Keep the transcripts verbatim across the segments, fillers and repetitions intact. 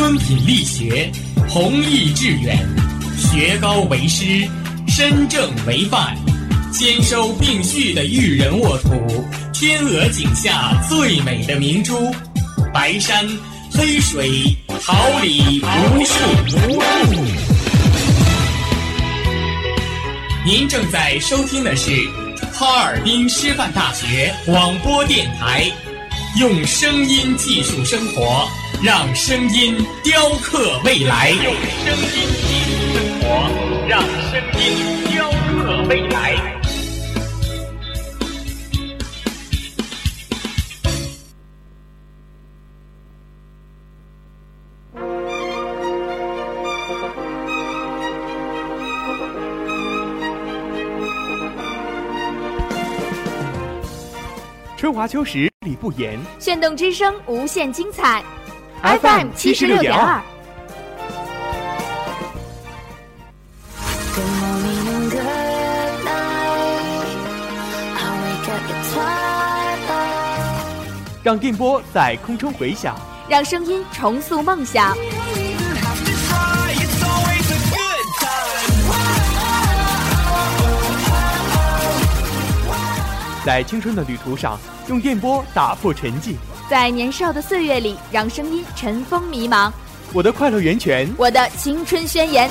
敦品力学，弘毅致远，学高为师，身正为范，兼收并蓄的育人沃土，天鹅颈下最美的明珠，白山黑水，桃李无数无数。您正在收听的是哈尔滨师范大学广播电台，用声音技术生活，让声音雕刻未来。用声音技术生活，让声音雕刻未来。 春华秋实，理不言。 炫动之声，无限精彩。 F M 七十六点二。让电波在空中回响， 让声音重塑梦想。 在青春的旅途上，用电波打破沉寂； 在年少的岁月里，让声音尘封迷茫。 我的快乐源泉， 我的青春宣言。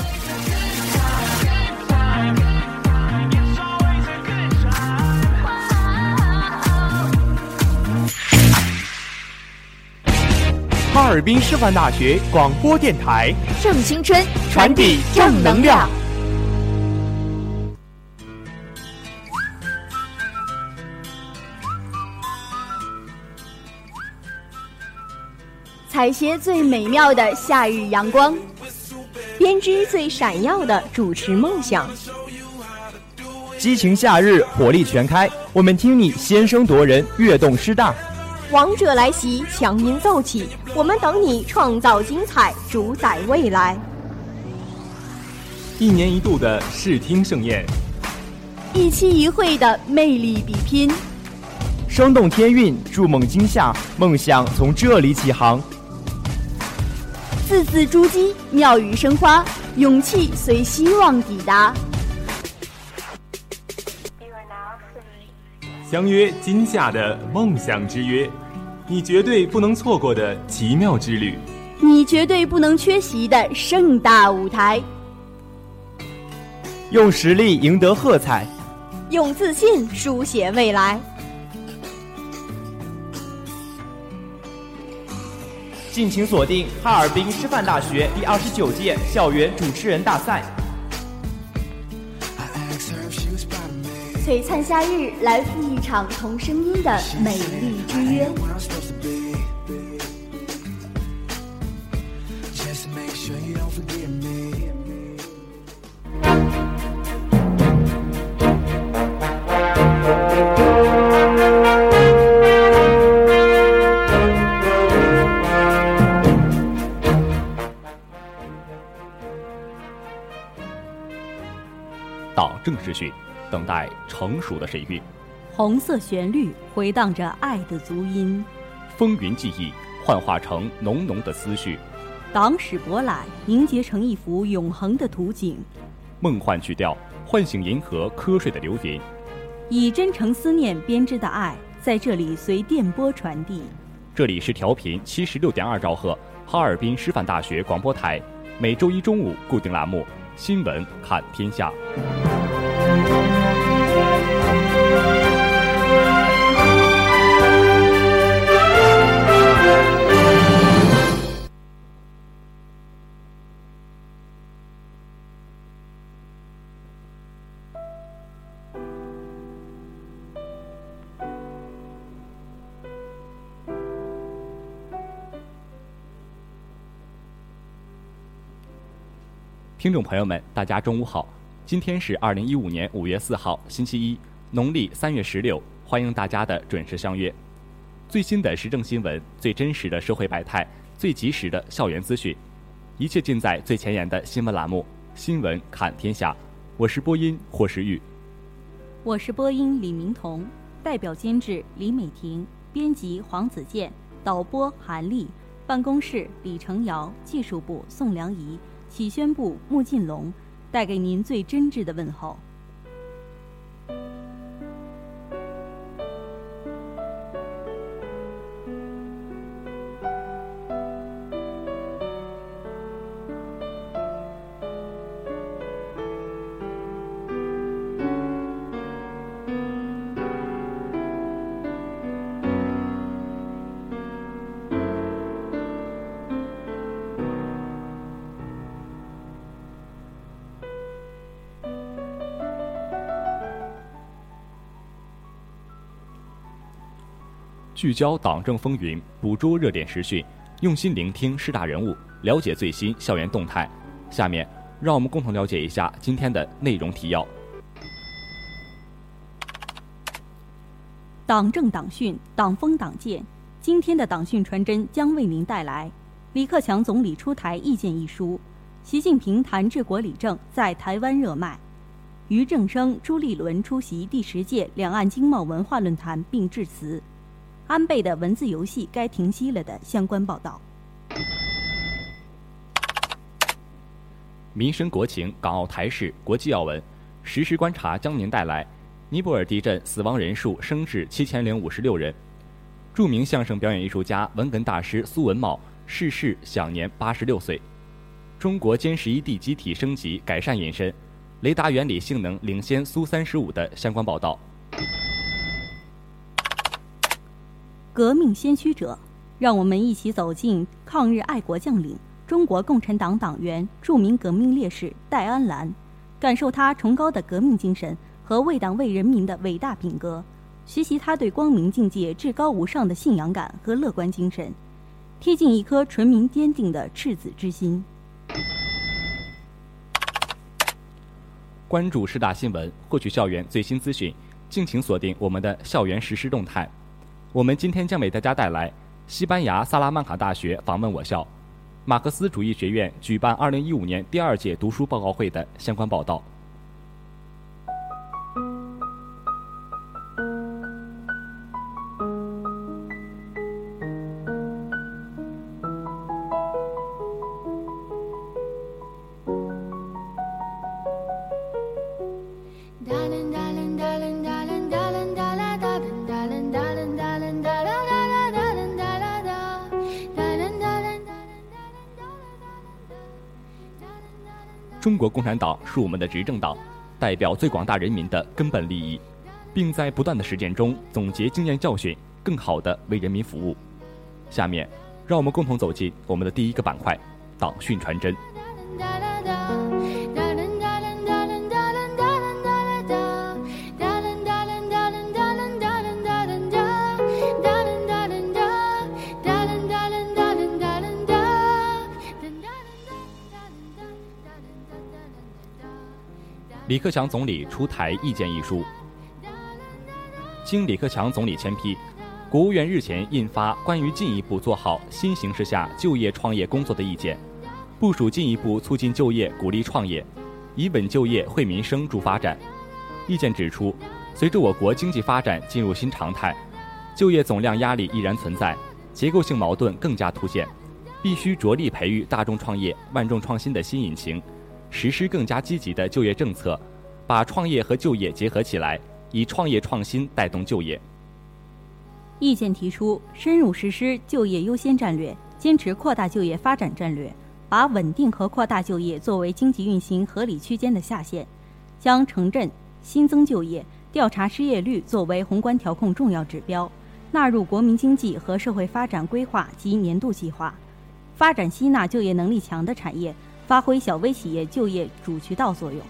哈尔滨师范大学广播电台， 正青春， 传递正能量。 采撷最美妙的夏日阳光，编织最闪耀的主持梦想。 激情夏日，火力全开，我们听你先声夺人，跃动师大。 王者来袭，强音奏起，我们等你创造精彩，主宰未来。 一年一度的视听盛宴， 一期一会的魅力比拼， 生动天韵，筑梦惊夏，梦想从这里起航。 字字珠玑，妙语生花，勇气随希望抵达。 相约今夏的梦想之约，你绝对不能错过的奇妙之旅， 你绝对不能缺席的盛大舞台。 用实力赢得喝彩， 用自信书写未来。 敬请锁定哈尔滨师范大学第二十九届校园主持人大赛。 璀璨夏日，来赴一场同声音的美丽之约。 到正式训，等待成熟的神韵。 红色旋律回荡着爱的足音， 风云记忆幻化成浓浓的思绪， 党史博览凝结成一幅永恒的图景。 梦幻曲调唤醒银河瞌睡的流云， 以真诚思念编织的爱在这里随电波传递。 这里是调频七十六点二兆赫哈尔滨师范大学广播台，每周一中午固定栏目新闻看天下。听众朋友们，大家中午好，今天是二零一五年五月四号，星期一，农历三月十六，欢迎大家的准时相约。最新的时政新闻，最真实的社会百态，最及时的校园资讯，一切尽在最前沿的新闻栏目《新闻看天下》。我是播音霍时玉， 我是播音李明彤，代表监制李美婷，编辑黄子健，导播韩丽， 办公室李成尧，技术部宋良仪，企宣部穆进龙，带给您最真挚的问候。 聚焦党政风云，捕捉热点时讯，用心聆听师大人物，了解最新校园动态。下面，让我们共同了解一下今天的内容提要。 党政党训，党风党建。今天的党训传真将为您带来李克强总理出台意见一书，习近平谈治国理政在台湾热卖，俞正声、朱立伦出席第十届两岸经贸文化论坛并致辞。安倍的文字游戏该停息了的相关报道。 民生国情、港澳台事、国际要闻，实时观察将您带来：尼泊尔地震死亡人数升至七千零五十六人；著名相声表演艺术家文哏大师苏文茂逝世，享年八十六岁；中国歼十一 D 机体升级改善引申，雷达原理性能领先苏三十五的相关报道。 革命先驱者，让我们一起走进抗日爱国将领、中国共产党党员、著名革命烈士戴安澜，感受他崇高的革命精神和为党为人民的伟大品格，学习他对光明境界至高无上的信仰感和乐观精神，贴近一颗纯民坚定的赤子之心。 关注师大新闻，获取校园最新资讯，敬请锁定我们的校园实时动态。我们今天将为大家带来西班牙萨拉曼卡大学访问我校，马克思主义学院举办二零一五年第二届读书报告会的相关报道。中国共产党是我们的执政党，代表最广大人民的根本利益，并在不断的实践中总结经验教训，更好地为人民服务。下面，让我们共同走进我们的第一个板块——党训传真。李克强总理出台意见一书。经李克强总理签批，国务院日前印发关于进一步做好新形势下就业创业工作的意见，部署进一步促进就业、鼓励创业，以稳就业、惠民生、助发展。意见指出，随着我国经济发展进入新常态，就业总量压力依然存在，结构性矛盾更加凸显，必须着力培育大众创业、万众创新的新引擎，实施更加积极的就业政策，把创业和就业结合起来，以创业创新带动就业。 意见提出，深入实施就业优先战略，坚持扩大就业发展战略，把稳定和扩大就业作为经济运行合理区间的下限，将城镇新增就业、调查失业率作为宏观调控重要指标，纳入国民经济和社会发展规划及年度计划，发展吸纳就业能力强的产业，发挥小微企业就业主渠道作用。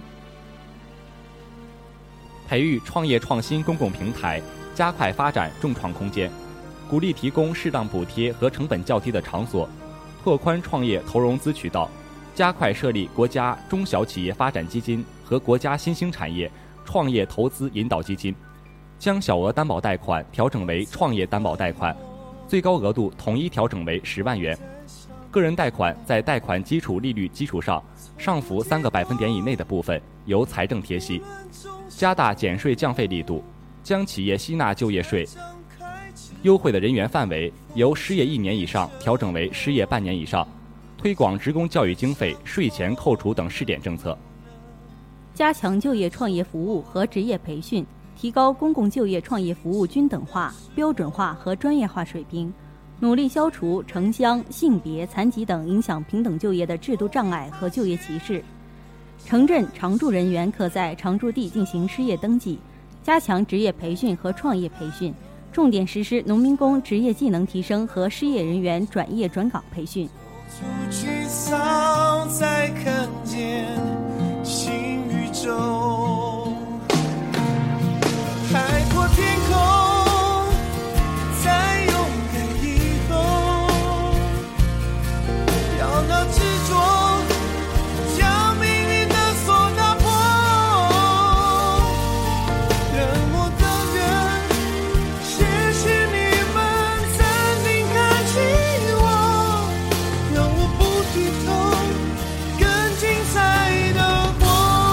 培育创业创新公共平台，加快发展众创空间，鼓励提供适当补贴和成本较低的场所，拓宽创业投融资渠道，加快设立国家中小企业发展基金和国家新兴产业创业投资引导基金，将小额担保贷款调整为创业担保贷款，最高额度统一调整为十万元。个人贷款在贷款基础利率基础上上浮三个百分点以内的部分由财政贴息，加大减税降费力度，将企业吸纳就业税优惠的人员范围由失业一年以上调整为失业半年以上，推广职工教育经费税前扣除等试点政策， 加强就业创业服务和职业培训，提高公共就业创业服务均等化、标准化和专业化水平，努力消除城乡、性别、残疾等影响平等就业的制度障碍和就业歧视。城镇常住人员可在常住地进行失业登记，加强职业培训和创业培训，重点实施农民工职业技能提升和失业人员转业转岗培训。 出去扫才看见新宇宙，海阔天空才勇敢以后，要那执着将命运的锁打破，冷漠的人谢谢你们曾经看起我，让我不低头更精彩的活。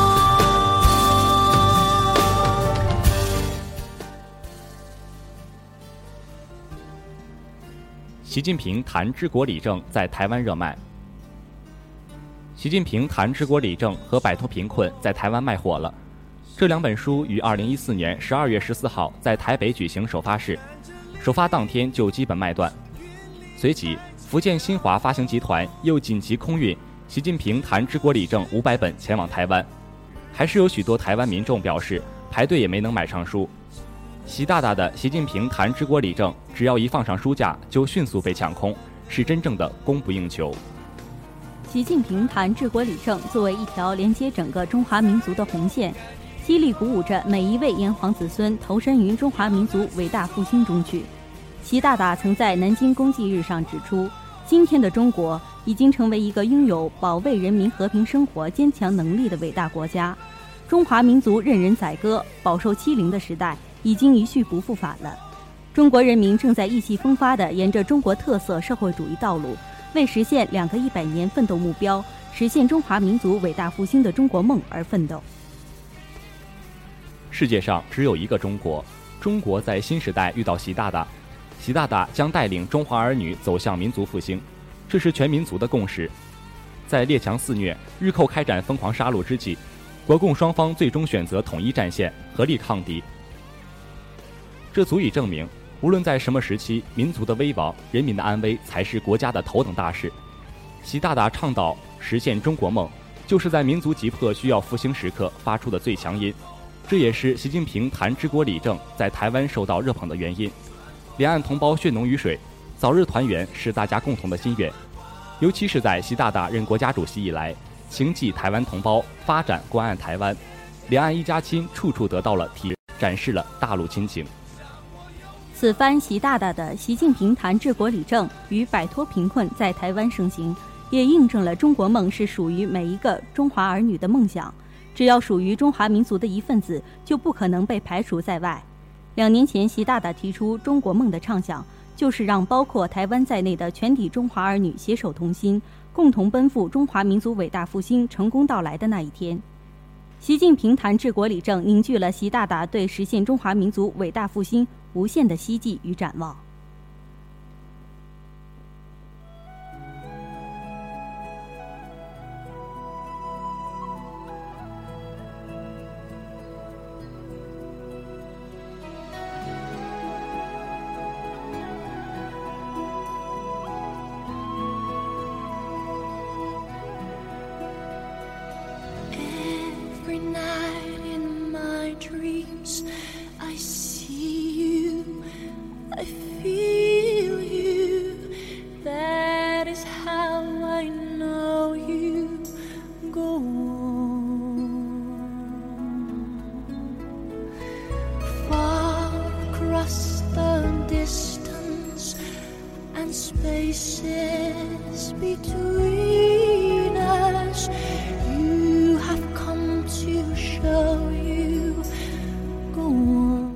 习近平谈治国理政在台湾热卖。习近平谈治国理政和摆脱贫困在台湾卖火了。这两本书于二零一四年十二月十四号在台北举行首发式，首发当天就基本卖断。随即，福建新华发行集团又紧急空运《习近平谈治国理政》五百本前往台湾，还是有许多台湾民众表示排队也没能买上书。习大大的《习近平谈治国理政》只要一放上书架就迅速被抢空，是真正的供不应求。 习近平谈治国理政作为一条连接整个中华民族的红线，激励鼓舞着每一位炎黄子孙投身于中华民族伟大复兴中去。习大大曾在南京公祭日上指出，今天的中国已经成为一个拥有保卫人民和平生活坚强能力的伟大国家，中华民族任人宰割、饱受欺凌的时代已经一去不复返了。中国人民正在意气风发地沿着中国特色社会主义道路，为实现两个一百年奋斗目标，实现中华民族伟大复兴的中国梦而奋斗。 世界上只有一个中国，中国在新时代遇到习大大，习大大将带领中华儿女走向民族复兴，这是全民族的共识。在列强肆虐、日寇开展疯狂杀戮之际，国共双方最终选择统一战线，合力抗敌。这足以证明，无论在什么时期，民族的危亡、人民的安危才是国家的头等大事。习大大倡导实现中国梦，就是在民族急迫需要复兴时刻发出的最强音。这也是习近平谈治国理政在台湾受到热捧的原因。两岸同胞血浓于水，早日团圆是大家共同的心愿。尤其是在习大大任国家主席以来，铭记台湾同胞，发展关爱台湾，两岸一家亲，处处得到了体展示了大陆亲情。 此番习大大的习近平谈治国理政与摆脱贫困在台湾盛行，也印证了中国梦是属于每一个中华儿女的梦想，只要属于中华民族的一份子，就不可能被排除在外。两年前，习大大提出中国梦的畅想，就是让包括台湾在内的全体中华儿女携手同心，共同奔赴中华民族伟大复兴成功到来的那一天。习近平谈治国理政凝聚了习大大对实现中华民族伟大复兴无限的希冀与展望。 Spaces between us, you have come to show you go on.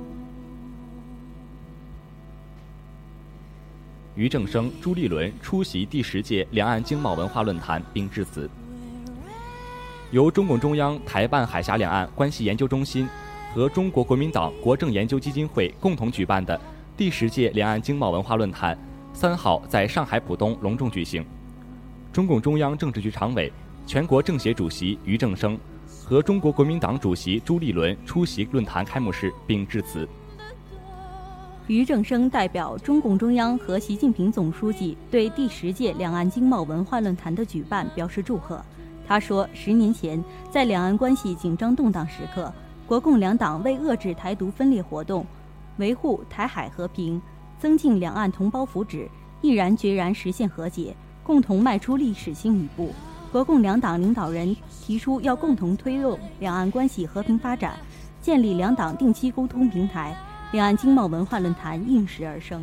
俞正声、朱立伦出席第十届两岸经贸文化论坛并致辞。由中共中央台办海峡两岸关系研究中心和中国国民党国政研究基金会共同举办的第十届两岸经贸文化论坛三号在上海浦东隆重举行。中共中央政治局常委、全国政协主席俞正声和中国国民党主席朱立伦出席论坛开幕式并致辞。 俞正声代表中共中央和习近平总书记对第十届两岸经贸文化论坛的举办表示祝贺。他说，十年前，在两岸关系紧张动荡时刻，国共两党为遏制台独分裂活动，维护台海和平，增进两岸同胞福祉，毅然决然实现和解，共同迈出历史性一步。国共两党领导人提出要共同推动两岸关系和平发展，建立两党定期沟通平台，两岸经贸文化论坛应时而生。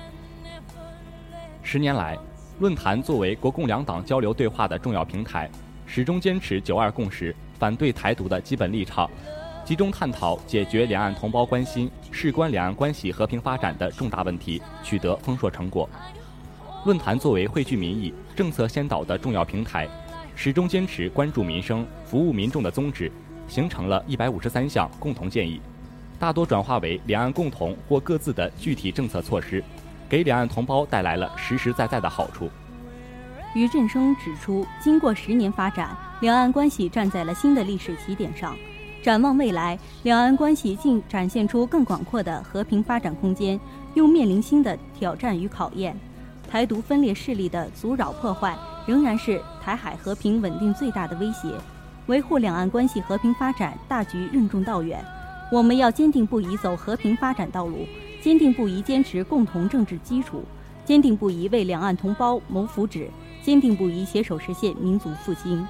十年来，论坛作为国共两党交流对话的重要平台，始终坚持九二共识，反对台独的基本立场，集中探讨解决两岸同胞关心、事关两岸关系和平发展的重大问题，取得丰硕成果。论坛作为汇聚民意、政策先导的重要平台，始终坚持关注民生、服务民众的宗旨，形成了一百五十三项共同建议，大多转化为两岸共同或各自的具体政策措施，给两岸同胞带来了实实在在的好处。 俞正声指出，经过十年发展，两岸关系站在了新的历史起点上。展望未来，两岸关系竟展现出更广阔的和平发展空间，又面临新的挑战与考验。台独分裂势力的阻扰破坏仍然是台海和平稳定最大的威胁，维护两岸关系和平发展大局任重道远。我们要坚定不移走和平发展道路，坚定不移坚持共同政治基础，坚定不移为两岸同胞谋福祉，坚定不移携手实现民族复兴。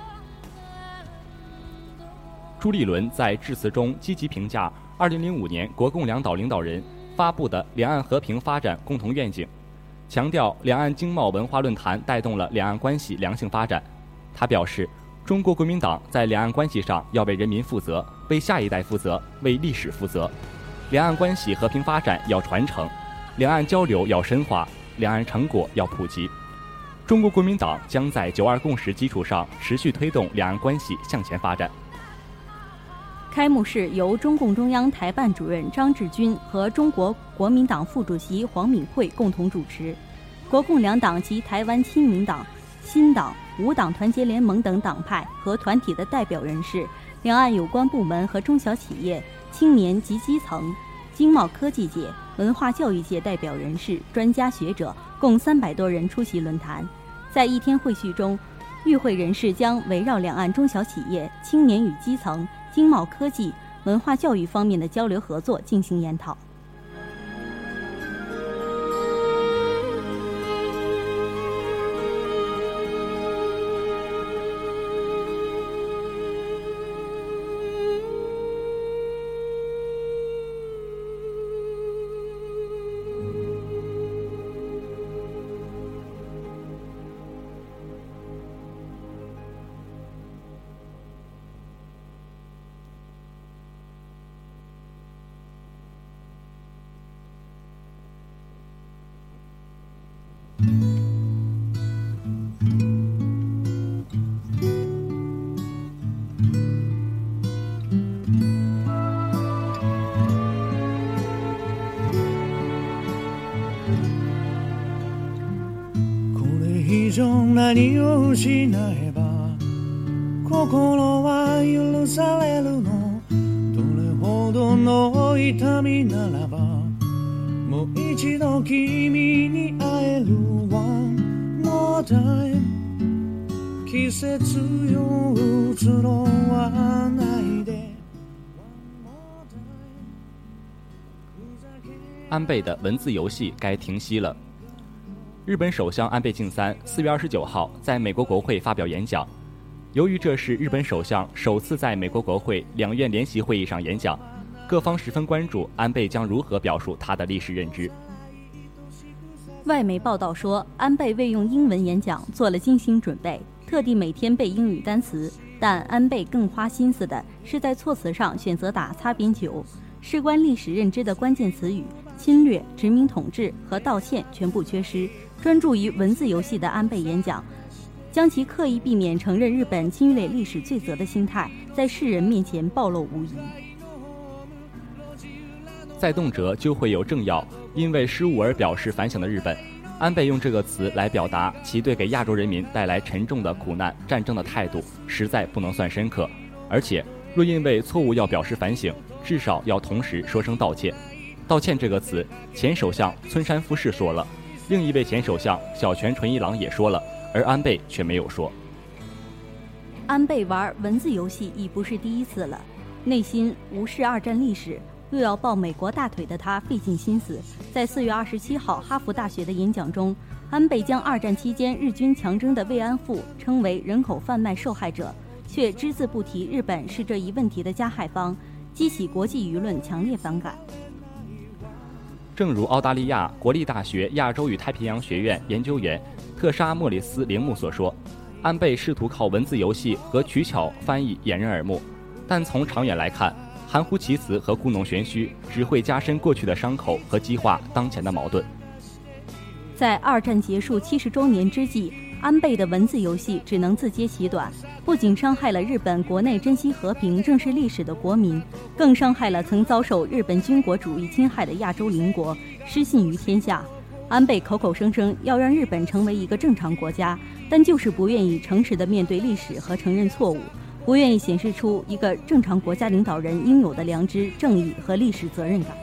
朱立伦在致辞中积极评价二零零五年国共两党领导人发布的两岸和平发展共同愿景，强调两岸经贸文化论坛带动了两岸关系良性发展。他表示，中国国民党在两岸关系上要为人民负责，为下一代负责，为历史负责。两岸关系和平发展要传承，两岸交流要深化，两岸成果要普及。中国国民党将在九二共识基础上持续推动两岸关系向前发展。 开幕式由中共中央台办主任张志军和中国国民党副主席黄敏惠共同主持，国共两党及台湾亲民党、新党、五党团结联盟等党派和团体的代表人士，两岸有关部门和中小企业、青年及基层、经贸科技界、文化教育界代表人士、专家学者共三百多人出席论坛。在一天会叙中，与会人士将围绕两岸中小企业、青年与基层、经贸科技、文化教育方面的交流合作进行研讨。 以上何を失えば心は許されるの、どれほどの痛みならばもう一度君に会える One more time、 季節よ移ろわないで。 安倍的文字游戏该停息了。日本首相安倍晋三四月二十九号在美国国会发表演讲，由于这是日本首相首次在美国国会两院联席会议上演讲，各方十分关注安倍将如何表述他的历史认知。 外媒报道说，安倍为用英文演讲做了精心准备，特地每天背英语单词，但安倍更花心思的是在措辞上选择打擦边球，事关历史认知的关键词语侵略、殖民统治和道歉全部缺失。专注于文字游戏的安倍演讲，将其刻意避免承认日本侵略历史罪责的心态在世人面前暴露无遗。 再动辄就会有政要因为失误而表示反省的日本，安倍用这个词来表达其对给亚洲人民带来沉重的苦难战争的态度，实在不能算深刻。而且，若因为错误要表示反省，至少要同时说声道歉。道歉这个词，前首相村山富市说了，另一位前首相小泉纯一郎也说了，而安倍却没有说。 安倍玩文字游戏已不是第一次了，内心无视二战历史，又要抱美国大腿的他费尽心思。在四月二十七号哈佛大学的演讲中，安倍将二战期间日军强征的慰安妇称为人口贩卖受害者，却只字不提日本是这一问题的加害方，激起国际舆论强烈反感。 正如澳大利亚国立大学亚洲与太平洋学院研究员特莎·莫里斯·铃木所说，安倍试图靠文字游戏和取巧翻译掩人耳目，但从长远来看，含糊其辞和故弄玄虚只会加深过去的伤口和激化当前的矛盾。 在二战结束七十周年之际，安倍的文字游戏只能自揭其短，不仅伤害了日本国内珍惜和平正视历史的国民，更伤害了曾遭受日本军国主义侵害的亚洲邻国，失信于天下。安倍口口声声要让日本成为一个正常国家，但就是不愿意诚实地面对历史和承认错误，不愿意显示出一个正常国家领导人应有的良知、正义和历史责任感。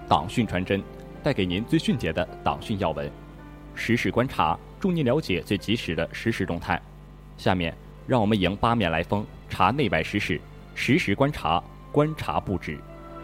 党讯传真，带给您最迅捷的党讯要闻。实时观察，助您了解最及时的实时动态。下面，让我们迎八面来风，查内外时事，实时观察，观察不止。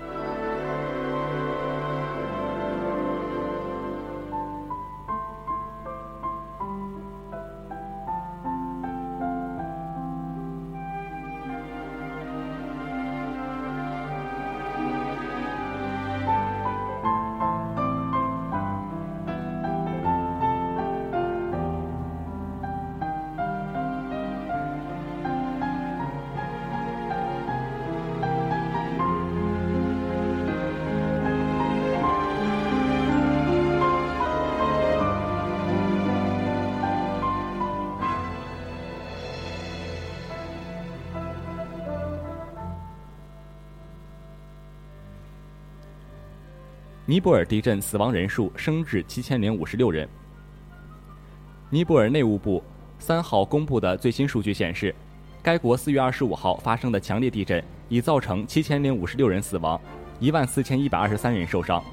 尼泊尔地震死亡人数升至七千零五十六人。尼泊尔内务部三号公布的最新数据显示，该国四月二十五号发生的强烈地震已造成七千零五十六人死亡，一万四千一百二十三人受伤。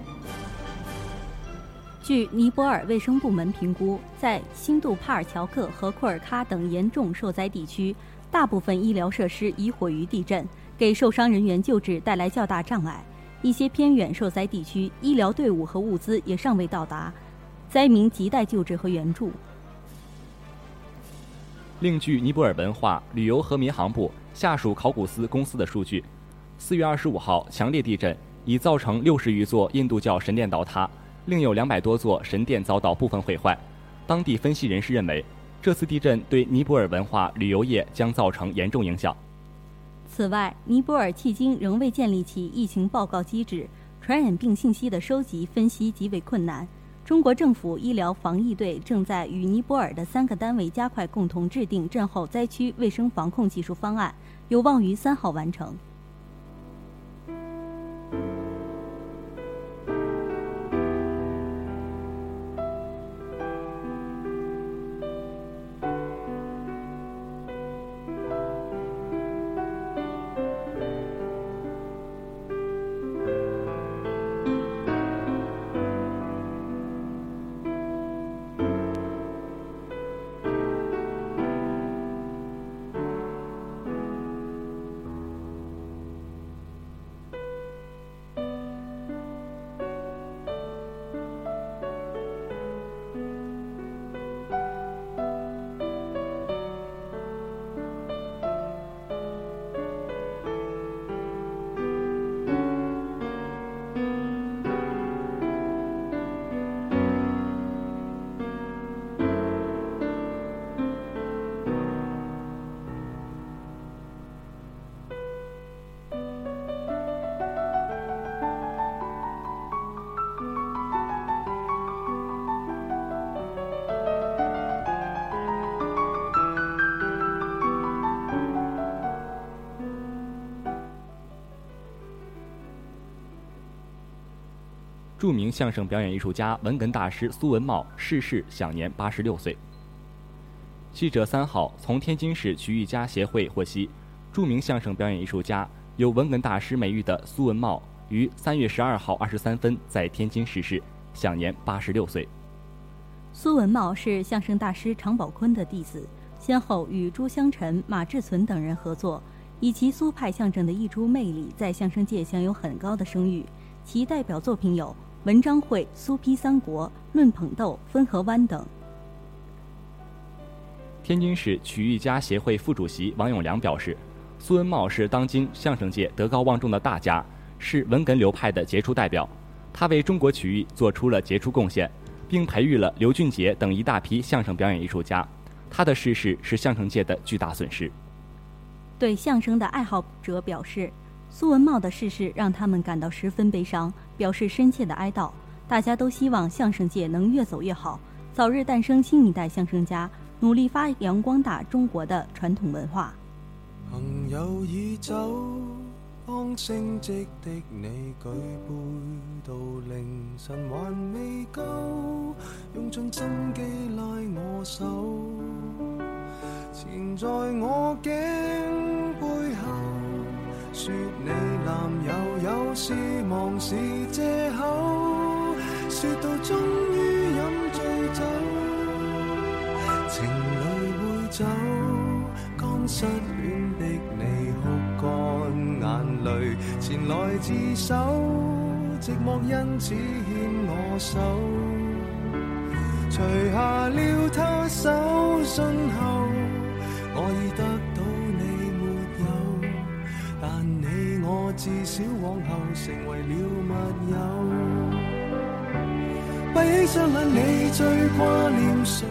据尼泊尔卫生部门评估，在新杜帕尔乔克和库尔喀等严重受灾地区，大部分医疗设施已毁于地震，给受伤人员救治带来较大障碍。一些偏远受灾地区，医疗队伍和物资也尚未到达，灾民亟待救治和援助。 另据尼泊尔文化、旅游和民航部下属考古斯公司的数据，四月二十五号强烈地震已造成六十余座印度教神殿倒塌，另有两百多座神殿遭到部分毁坏。当地分析人士认为，这次地震对尼泊尔文化旅游业将造成严重影响。 此外，尼泊尔迄今仍未建立起疫情报告机制，传染病信息的收集分析极为困难。中国政府医疗防疫队正在与尼泊尔的三个单位加快共同制定震后灾区卫生防控技术方案，有望于三号完成。 著名相声表演艺术家文哏大师苏文茂逝世，享年八十六岁。记者三号从天津市曲艺家协会获悉，著名相声表演艺术家、有文哏大师美誉的苏文茂于三月十二号二十三分在天津逝世，享年八十六岁。 苏文茂是相声大师常宝坤的弟子，先后与朱香臣、马志存等人合作，以其苏派相声的溢出魅力，在相声界享有很高的声誉。其代表作品有文章会、苏批三国、论捧逗、分河湾等。 天津市曲艺家协会副主席王永良表示，苏文茂是当今相声界德高望重的大家，是文哏流派的杰出代表。他为中国曲艺做出了杰出贡献，并培育了刘俊杰等一大批相声表演艺术家。他的逝世是相声界的巨大损失。 对相声的爱好者表示，苏文茂的逝世让他们感到十分悲伤，表示深切的哀悼。大家都希望相声界能越走越好，早日诞生新一代相声家，努力发扬光大中国的传统文化。 朋友已走，當升職的你舉杯到凌晨還未夠，用盡真機拉我手，纏在我頸背後，說你男友有是忙是借口，说到終於飲醉酒，情侶會走，剛失戀的你哭乾眼淚，前來自首，寂寞因此牽我手，除下了他手信後，我已得到你沒有，但你我至少往後成為了密友。閉起雙眼，你最掛念誰？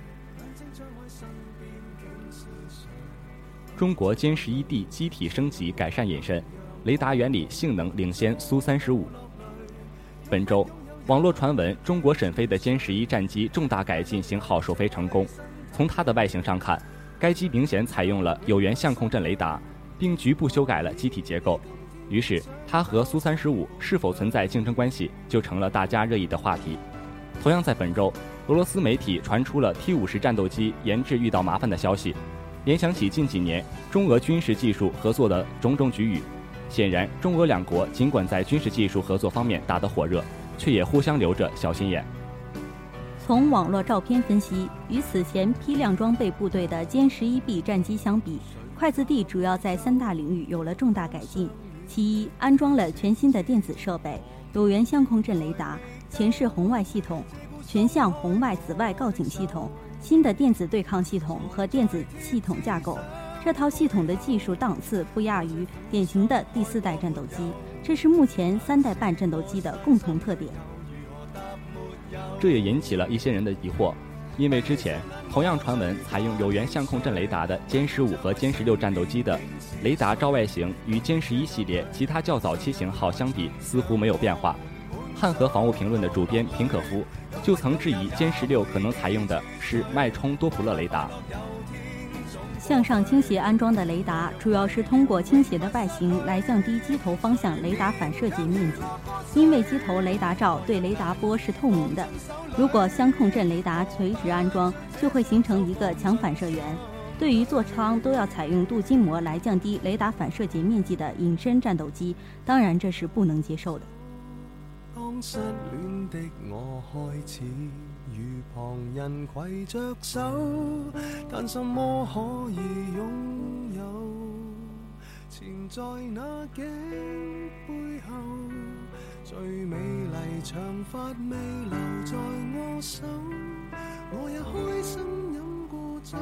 中国歼十一 D 机体升级改善引申，雷达原理性能领先苏三十五。本周，网络传闻中国沈飞的歼十一战机重大改进型号首飞成功。从它的外形上看，该机明显采用了有源相控阵雷达，并局部修改了机体结构。于是，它和苏三十五是否存在竞争关系，就成了大家热议的话题。同样在本周，俄罗斯媒体传出了 T 五十战斗机研制遇到麻烦的消息。联想起近几年中俄军事技术合作的种种举语，显然中俄两国尽管在军事技术合作方面打得火热，却也互相留着小心眼。 从网络照片分析，与此前批量装备部队的歼十一 B 战机相比，筷子地主要在三大领域有了重大改进。其一，安装了全新的电子设备，有源相控阵雷达、前视红外系统、全向红外紫外告警系统、新的电子对抗系统和电子系统架构。这套系统的技术档次不亚于典型的第四代战斗机，这是目前三代半战斗机的共同特点。 这也引起了一些人的疑惑，因为之前同样传闻采用有源相控阵雷达的歼十五和歼十六战斗机的雷达照外形与歼十一系列其他较早期型号相比似乎没有变化。汉和防务评论的主编平可夫就曾质疑歼十六可能采用的是脉冲多普勒雷达。 向上倾斜安装的雷达主要是通过倾斜的外形来降低机头方向雷达反射截面积，因为机头雷达罩对雷达波是透明的，如果相控阵雷达垂直安装，就会形成一个强反射源。对于座舱都要采用镀金膜来降低雷达反射截面积的隐身战斗机，当然这是不能接受的。 當失戀的我開始與旁人攜着手，但什麼可以擁有？纏在那頸背後，最美麗長髮未留在我手，我也開心飲過酒。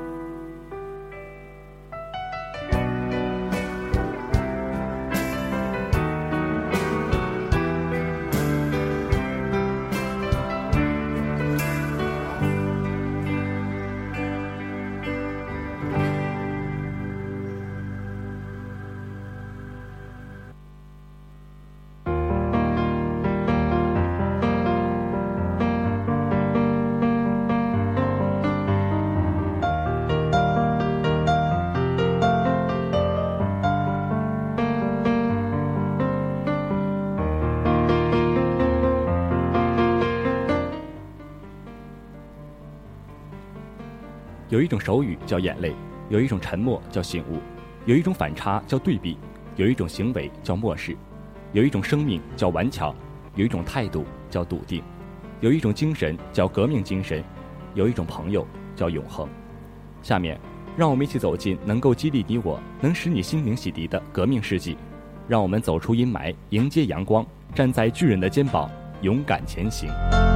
有一种手语叫眼泪，有一种沉默叫醒悟，有一种反差叫对比，有一种行为叫漠视，有一种生命叫顽强，有一种态度叫笃定，有一种精神叫革命精神，有一种朋友叫永恒。下面让我们一起走进能够激励你我，能使你心灵洗涤的革命事迹，让我们走出阴霾，迎接阳光，站在巨人的肩膀，勇敢前行。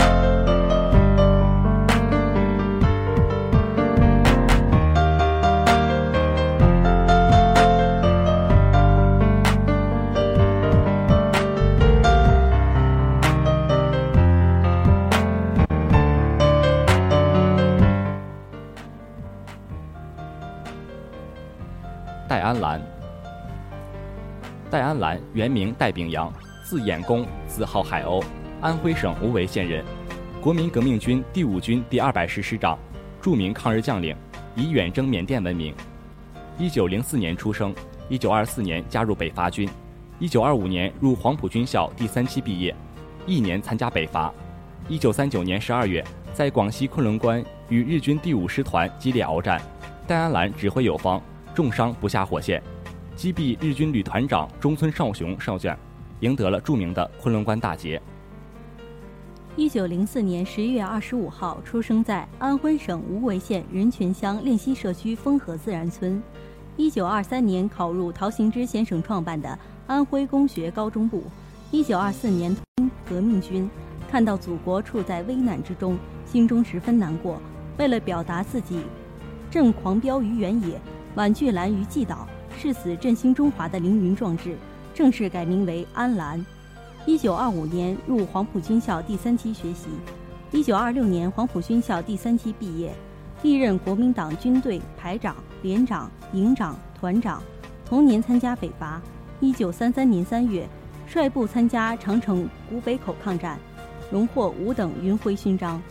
戴安澜，戴安澜原名戴秉洋，字衍公，字号海鸥，安徽省无为县人，国民革命军第五军第二百师师长，著名抗日将领，以远征缅甸闻名。一九零四年出生，一九二四年加入北伐军，一九二五年入黄埔军校第三期毕业，一年参加北伐。一九三九年十二月，在广西昆仑关与日军第五师团激烈鏖战，戴安澜指挥有方，重伤不下火线，击毙日军旅团长中村少雄少将， 赢得了著名的昆仑关大捷。 一九零四年十一月二十五号出生在安徽省无为县任泉乡练溪社区丰和自然村。一九二三年考入陶行知先生创办的安徽工学高中部。一九二四年通革命军，看到祖国处在危难之中，心中十分难过。为了表达自己正狂飙于原野，婉拒蓝于既倒，誓死振兴中华的凌云壮志，正式改名为安澜。一九二五年入黄埔军校第三期学习，一九二六年黄埔军校第三期毕业，历任国民党军队排长、连长、营长、团长。同年参加北伐。一九三三年三月，率部参加长城古北口抗战，荣获五等云辉勋章。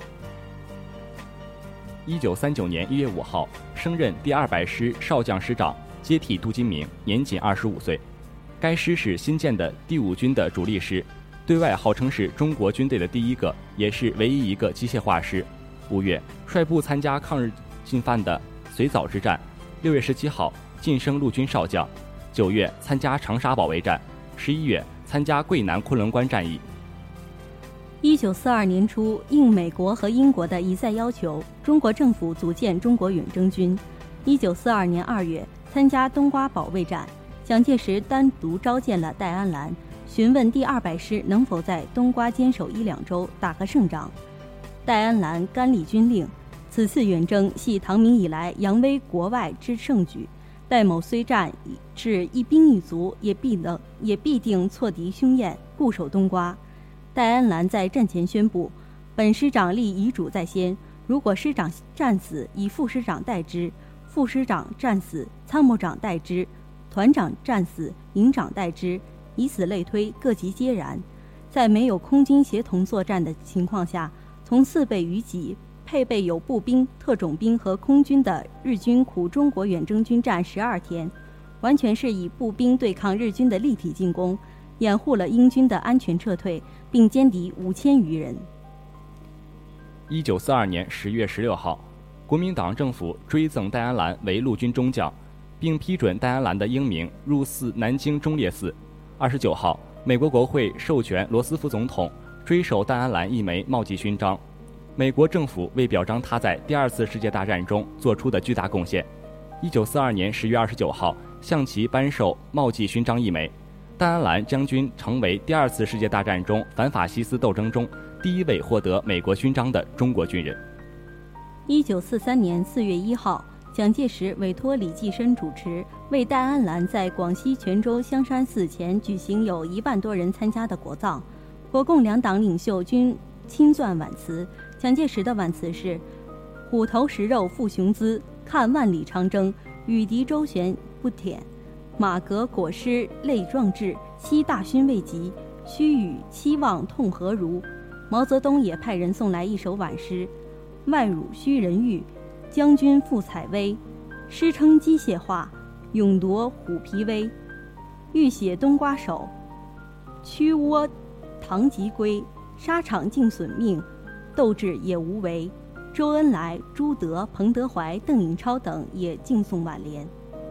一九三九年一月五号，升任第二百师少将师长，接替杜金明，年仅二十五岁。该师是新建的第五军的主力师，对外号称是中国军队的第一个，也是唯一一个机械化师。五月，率部参加抗日进犯的绥枣之战。六月十七号，晋升陆军少将。九月，参加长沙保卫战。十一月，参加桂南昆仑关战役。 一九四二年初，应美国和英国的一再要求，中国政府组建中国远征军。一九四二年二月，参加冬瓜保卫战。蒋介石单独召见了戴安澜，询问第二百师能否在冬瓜坚守一两周，打个胜仗。戴安澜甘立军令，此次远征系唐明以来扬威国外之盛举。戴某虽战至一兵一卒，也必能也必定挫敌凶焰，固守冬瓜。戴安澜在战前宣布，本师长立遗嘱在先，如果师长战死，以副师长代之；副师长战死，参谋长代之；团长战死，营长代之，以此类推，各级皆然。在没有空军协同作战的情况下，从四倍于己配备有步兵、特种兵和空军的日军苦中国远征军战十二天，完全是以步兵对抗日军的立体进攻，掩护了英军的安全撤退，并歼敌五千余人。 一九四二年十月十六号，国民党政府追赠戴安澜为陆军中将，并批准戴安澜的英名入祀南京忠烈寺。二十九号，美国国会授权罗斯福总统追授戴安澜一枚茂绩勋章。美国政府为表彰他在第二次世界大战中做出的巨大贡献，一九四二年十月二十九号向其颁授茂绩勋章一枚。戴安澜将军成为第二次世界大战中反法西斯斗争中第一位获得美国勋章的中国军人。 一九四三年四月一号，蒋介石委托李济深主持，为戴安澜在广西全州香山寺前举行有一万多人参加的国葬。国共两党领袖均亲撰挽词。蒋介石的挽词是：虎头食肉负雄姿，看万里长征，与敌周旋不舔；马革裹尸泪壮志，惜大勋未及，须与期望痛何如。毛泽东也派人送来一首挽诗：外辱须人欲，将军复采薇，诗称机械化，勇夺虎皮威。欲写冬瓜手，屈窝唐吉归，沙场尽损命，斗志也无为。周恩来、朱德、彭德怀、邓颖超等也敬送挽联。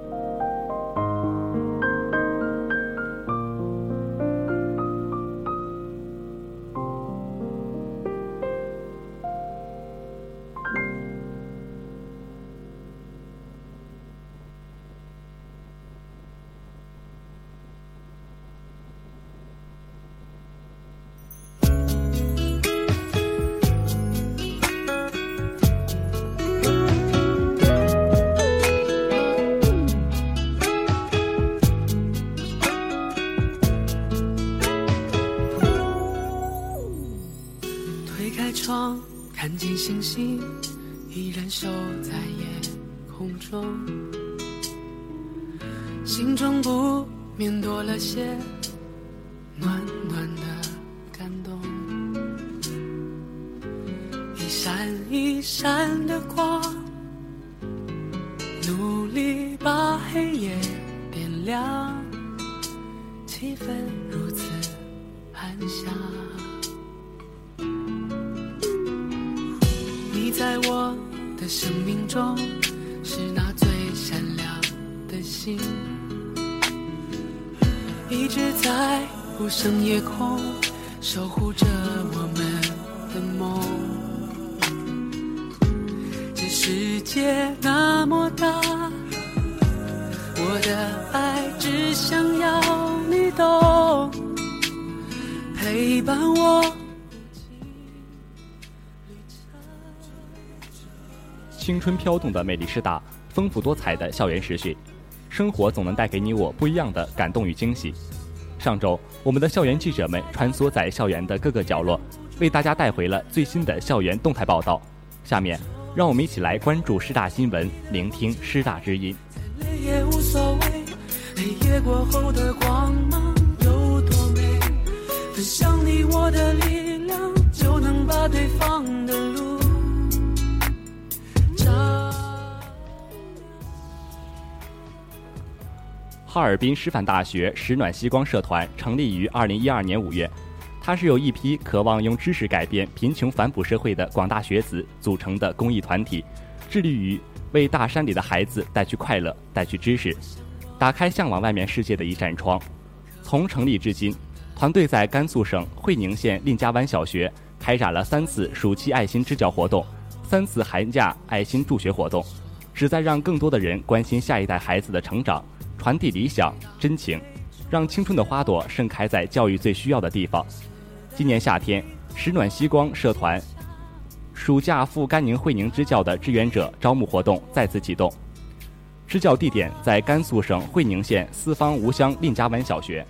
看见星星依然守在夜空中，心中不免多了些暖暖的感动。一闪一闪的光，努力把黑夜点亮，气氛如此安详。你在我的生命中是那最闪亮的星，一直在无声夜空守护着我们的梦。这世界那么大，我的爱只想要你懂，陪伴我。 青春飘动的魅力师大，丰富多彩的校园实训，生活总能带给你我不一样的感动与惊喜。上周，我们的校园记者们穿梭在校园的各个角落，为大家带回了最新的校园动态报道。下面，让我们一起来关注师大新闻，聆听师大之音。 泪也无所谓，黑夜过后的光芒有多美？分享你我的力量，就能把对方的路找。 哈尔滨师范大学石暖希光社团成立于二零一二年五月，它是由一批渴望用知识改变贫穷反哺社会的广大学子组成的公益团体，致力于为大山里的孩子带去快乐，带去知识，打开向往外面世界的一扇窗。从成立至今，团队在甘肃省会宁县令家湾小学开展了三次暑期爱心支教活动，三次寒假爱心助学活动，旨在让更多的人关心下一代孩子的成长，传递理想真情，让青春的花朵盛开在教育最需要的地方。今年夏天，石暖希光社团暑假赴甘宁会宁支教的志愿者招募活动再次启动，支教地点在甘肃省会宁县四方吴乡令家湾小学。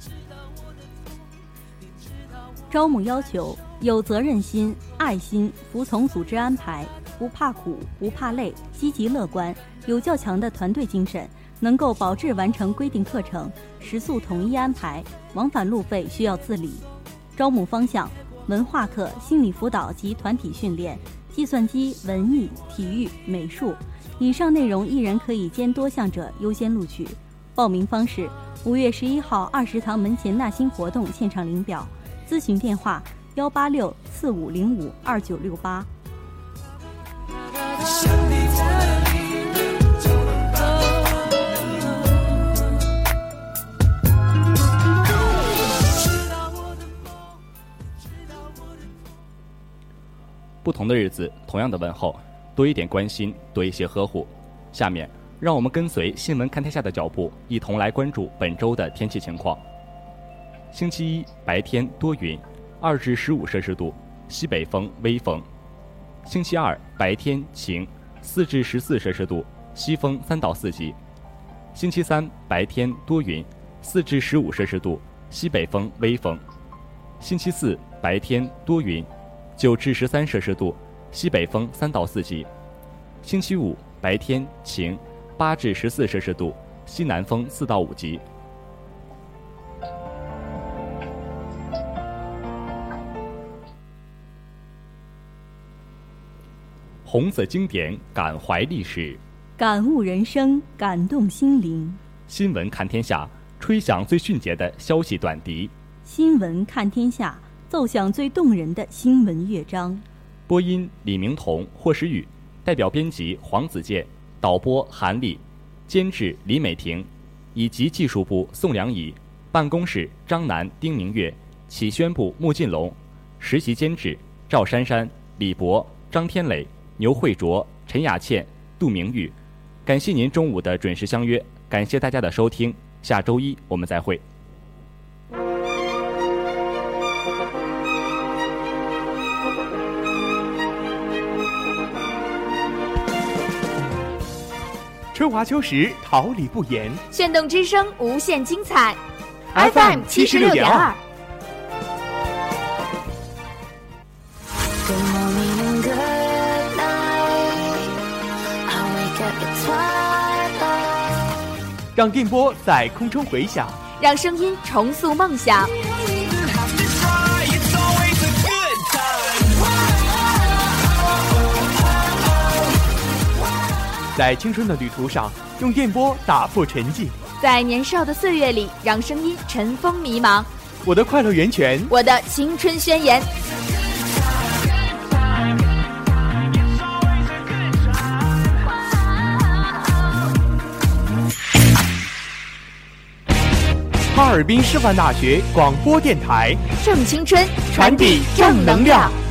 招募要求有责任心、爱心、服从组织安排，不怕苦、不怕累，积极乐观，有较强的团队精神，能够保质完成规定课程，食宿统一安排，往返路费需要自理。招募方向：文化课、心理辅导及团体训练、计算机、文艺、体育、美术。以上内容一人可以兼多项者优先录取。报名方式：五月十一号二食堂门前纳新活动现场领表。咨询电话：幺八六四五零五二九六八。 不同的日子，同样的问候，多一点关心，多一些呵护。下面，让我们跟随新闻看天下的脚步，一同来关注本周的天气情况。星期一白天多云，二至十五摄氏度，西北风微风。星期二白天晴，四至十四摄氏度，西风三到四级。星期三白天多云，四至十五摄氏度，西北风微风。星期四白天多云，九至十三摄氏度，西北风三到四级。星期五白天晴，八至十四摄氏度，西南风四到五级。红色经典，感怀历史， 感悟人生，感动心灵。 新闻看天下，吹响最迅捷的消息短笛。 新闻看天下，奏响最动人的新闻乐章。 播音李明彤、霍时宇，代表编辑黄子健，导播韩丽，监制李美婷，以及技术部宋良仪，办公室张楠、丁明月，企宣部穆进龙，实习监制赵珊珊、李博、张天磊、牛慧卓、陈雅倩、杜明玉。感谢您中午的准时相约，感谢大家的收听，下周一我们再会。 春华秋实，桃李不言。 炫动之声，无限精彩。 F M 七十六点二。让电波在空中回响， 让声音重塑梦想。 在青春的旅途上，用电波打破沉寂； 在年少的岁月里，让声音尘封迷茫。 我的快乐源泉， 我的青春宣言。 哈哈尔滨师范大学广播电台， 正青春， 传递正能量。